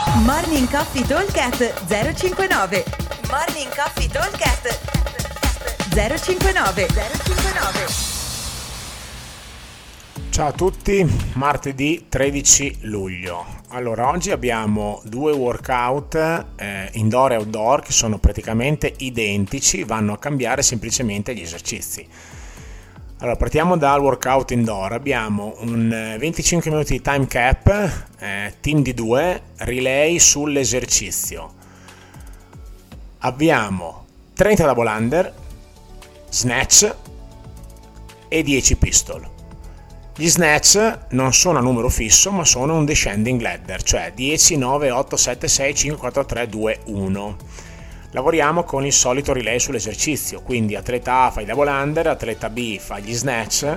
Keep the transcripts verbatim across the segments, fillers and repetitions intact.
Morning Coffee Talkcast zero cinquantanove. Morning Coffee Talkcast zero cinquantanove. zero cinquantanove. Ciao a tutti, martedì tredici luglio. Allora, oggi abbiamo due workout eh, indoor e outdoor che sono praticamente identici, vanno a cambiare semplicemente gli esercizi. Allora, partiamo dal workout indoor. Abbiamo un venticinque minuti di time cap, eh, team di due, relay sull'esercizio. Abbiamo trenta double under, snatch e dieci pistol. Gli snatch non sono a numero fisso, ma sono un descending ladder, cioè dieci, nove, otto, sette, sei, cinque, quattro, tre, due, uno. Lavoriamo con il solito relay sull'esercizio, quindi atleta A fa i double under, atleta B fa gli snatch,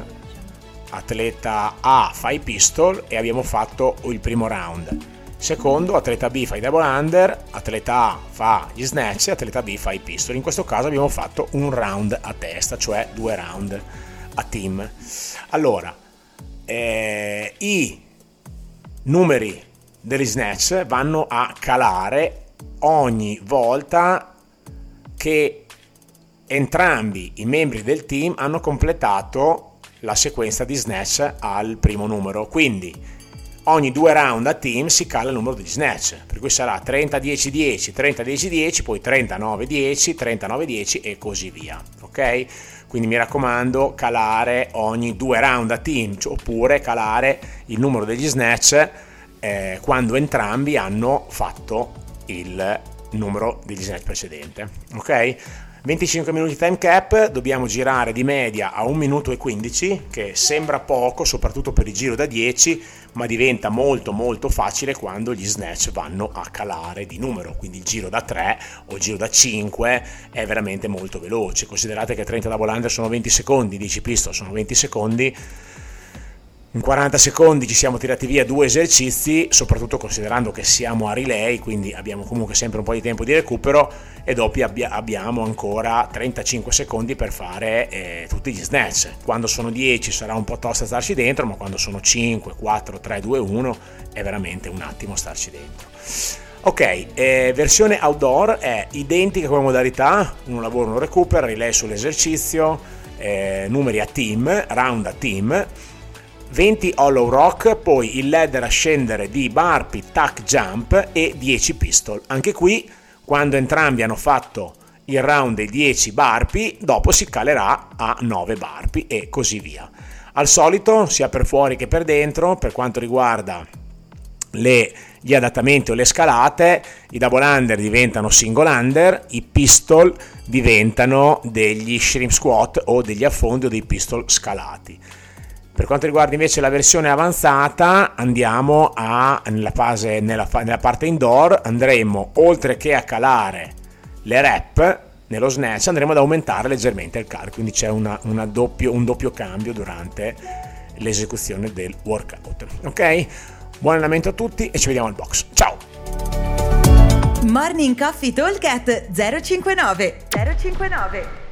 atleta A fa i pistol e abbiamo fatto il primo round. Secondo, atleta B fa i double under, atleta A fa gli snatch, atleta B fa i pistol. In questo caso abbiamo fatto un round a testa, cioè due round a team. Allora, eh, i numeri degli snatch vanno a calare ogni volta che entrambi i membri del team hanno completato la sequenza di snatch al primo numero. Quindi ogni due round a team si cala il numero degli snatch, per cui sarà trenta dieci dieci, trenta dieci dieci, poi trentanove dieci, trentanove dieci e così via, ok? Quindi mi raccomando, calare ogni due round a team, cioè, oppure calare il numero degli snatch eh, quando entrambi hanno fatto il numero degli snatch precedente, ok? venticinque minuti time cap, dobbiamo girare di media a un minuto e quindici, che sembra poco soprattutto per il giro da dieci, ma diventa molto molto facile quando gli snatch vanno a calare di numero, quindi il giro da tre o il giro da cinque è veramente molto veloce. Considerate che trenta double under sono venti secondi, dieci pistol sono venti secondi, in quaranta secondi ci siamo tirati via due esercizi, soprattutto considerando che siamo a relay, quindi abbiamo comunque sempre un po' di tempo di recupero, e dopo abbia, abbiamo ancora trentacinque secondi per fare eh, tutti gli snatch. Quando sono dieci sarà un po' tosta starci dentro, ma quando sono cinque, quattro, tre, due, uno è veramente un attimo starci dentro. Ok, eh, versione outdoor è identica come modalità, uno lavoro, uno recupera, relay sull'esercizio, eh, numeri a team, round a team, venti hollow rock, poi il ladder a scendere di burpee, tuck jump e dieci pistol. Anche qui, quando entrambi hanno fatto il round dei dieci burpee, dopo si calerà a nove burpee e così via. Al solito, sia per fuori che per dentro, per quanto riguarda le, gli adattamenti o le scalate, i double under diventano single under, i pistol diventano degli shrimp squat o degli affondi o dei pistol scalati. Per quanto riguarda invece la versione avanzata, andiamo a nella fase nella, nella parte indoor, andremo oltre che a calare le rep nello snatch, andremo ad aumentare leggermente il carico, quindi c'è una, una doppio, un doppio cambio durante l'esecuzione del workout. Ok? Buon allenamento a tutti e ci vediamo al box. Ciao! Morning Coffee Talkcast zero cinquantanove. zero cinquantanove.